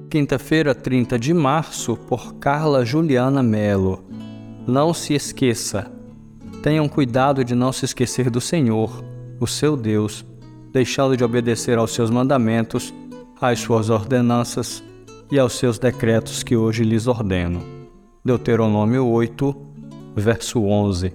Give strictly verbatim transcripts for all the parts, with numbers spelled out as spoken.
Quinta-feira, trinta de março, por Carla Juliana Melo. Não se esqueça. Tenham cuidado de não se esquecer do Senhor, o seu Deus, deixando de obedecer aos seus mandamentos, às suas ordenanças e aos seus decretos que hoje lhes ordeno. Deuteronômio oito, verso onze.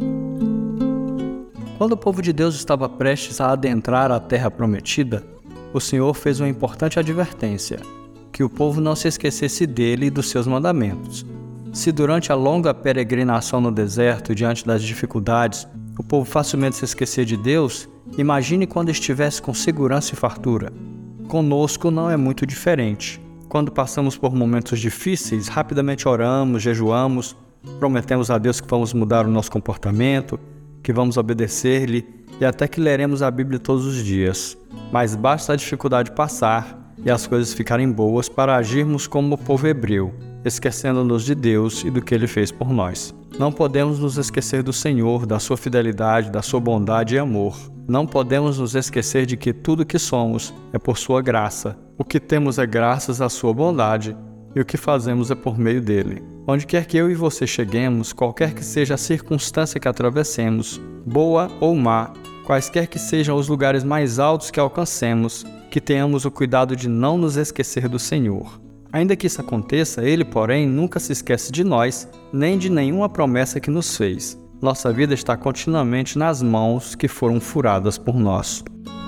Quando o povo de Deus estava prestes a adentrar a terra prometida, o Senhor fez uma importante advertência, que o povo não se esquecesse dele e dos seus mandamentos. Se durante a longa peregrinação no deserto, diante das dificuldades, o povo facilmente se esquecer de Deus, imagine quando estivesse com segurança e fartura. Conosco não é muito diferente. Quando passamos por momentos difíceis, rapidamente oramos, jejuamos, prometemos a Deus que vamos mudar o nosso comportamento, que vamos obedecer-lhe e até que leremos a Bíblia todos os dias. Mas basta a dificuldade passar e as coisas ficarem boas para agirmos como o povo hebreu, esquecendo-nos de Deus e do que Ele fez por nós. Não podemos nos esquecer do Senhor, da sua fidelidade, da sua bondade e amor. Não podemos nos esquecer de que tudo que somos é por sua graça. O que temos é graças à sua bondade e o que fazemos é por meio dele. Onde quer que eu e você cheguemos, qualquer que seja a circunstância que atravessemos, boa ou má, quaisquer que sejam os lugares mais altos que alcancemos, que tenhamos o cuidado de não nos esquecer do Senhor. Ainda que isso aconteça, Ele, porém, nunca se esquece de nós, nem de nenhuma promessa que nos fez. Nossa vida está continuamente nas mãos que foram furadas por nós.